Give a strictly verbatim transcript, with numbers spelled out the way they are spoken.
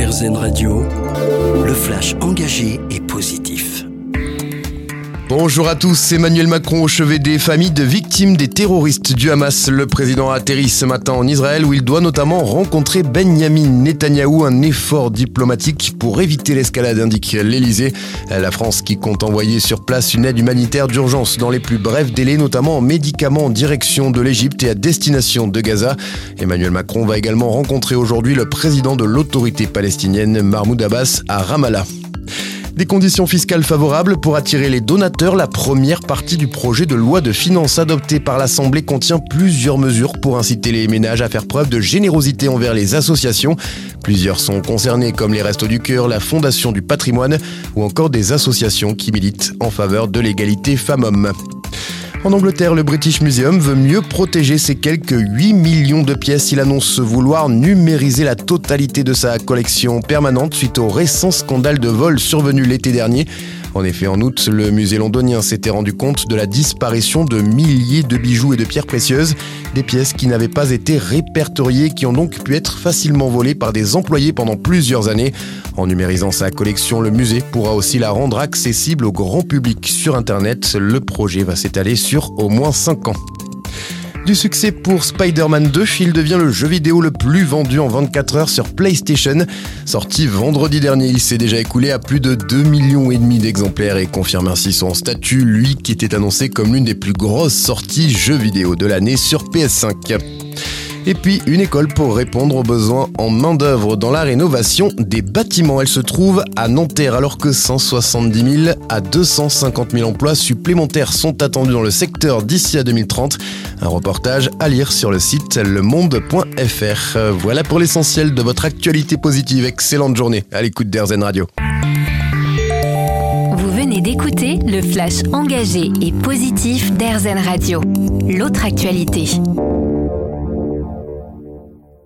d'Airzen Radio, le flash engagé et positif. Bonjour à tous, Emmanuel Macron au chevet des familles de victimes des terroristes du Hamas. Le président a atterri ce matin en Israël où il doit notamment rencontrer Benyamin Netanyahou, un effort diplomatique pour éviter l'escalade, indique l'Elysée. La France qui compte envoyer sur place une aide humanitaire d'urgence dans les plus brefs délais, notamment en médicaments en direction de l'Égypte et à destination de Gaza. Emmanuel Macron va également rencontrer aujourd'hui le président de l'autorité palestinienne, Mahmoud Abbas, à Ramallah. Des conditions fiscales favorables pour attirer les donateurs. La première partie du projet de loi de finances adopté par l'Assemblée contient plusieurs mesures pour inciter les ménages à faire preuve de générosité envers les associations. Plusieurs sont concernés comme les Restos du Cœur, la Fondation du Patrimoine ou encore des associations qui militent en faveur de l'égalité femmes-hommes. En Angleterre, le British Museum veut mieux protéger ses quelques huit millions de pièces. Il annonce vouloir numériser la totalité de sa collection permanente suite au récent scandale de vol survenu l'été dernier. En effet, en août, le musée londonien s'était rendu compte de la disparition de milliers de bijoux et de pierres précieuses, des pièces qui n'avaient pas été répertoriées, qui ont donc pu être facilement volées par des employés pendant plusieurs années. En numérisant sa collection, le musée pourra aussi la rendre accessible au grand public sur Internet. Le projet va s'étaler sur au moins cinq ans. Du succès pour Spider-Man deux, il devient le jeu vidéo le plus vendu en vingt-quatre heures sur PlayStation. Sorti vendredi dernier, il s'est déjà écoulé à plus de deux millions et demi d'exemplaires et confirme ainsi son statut, lui qui était annoncé comme l'une des plus grosses sorties jeux vidéo de l'année sur P S cinq. Et puis, une école pour répondre aux besoins en main-d'œuvre dans la rénovation des bâtiments. Elle se trouve à Nanterre, alors que cent soixante-dix mille à deux cent cinquante mille emplois supplémentaires sont attendus dans le secteur d'ici à deux mille trente. Un reportage à lire sur le site le monde point f r. Voilà pour l'essentiel de votre actualité positive. Excellente journée à l'écoute d'Airzen Radio. Vous venez d'écouter le flash engagé et positif d'Airzen Radio. L'autre actualité.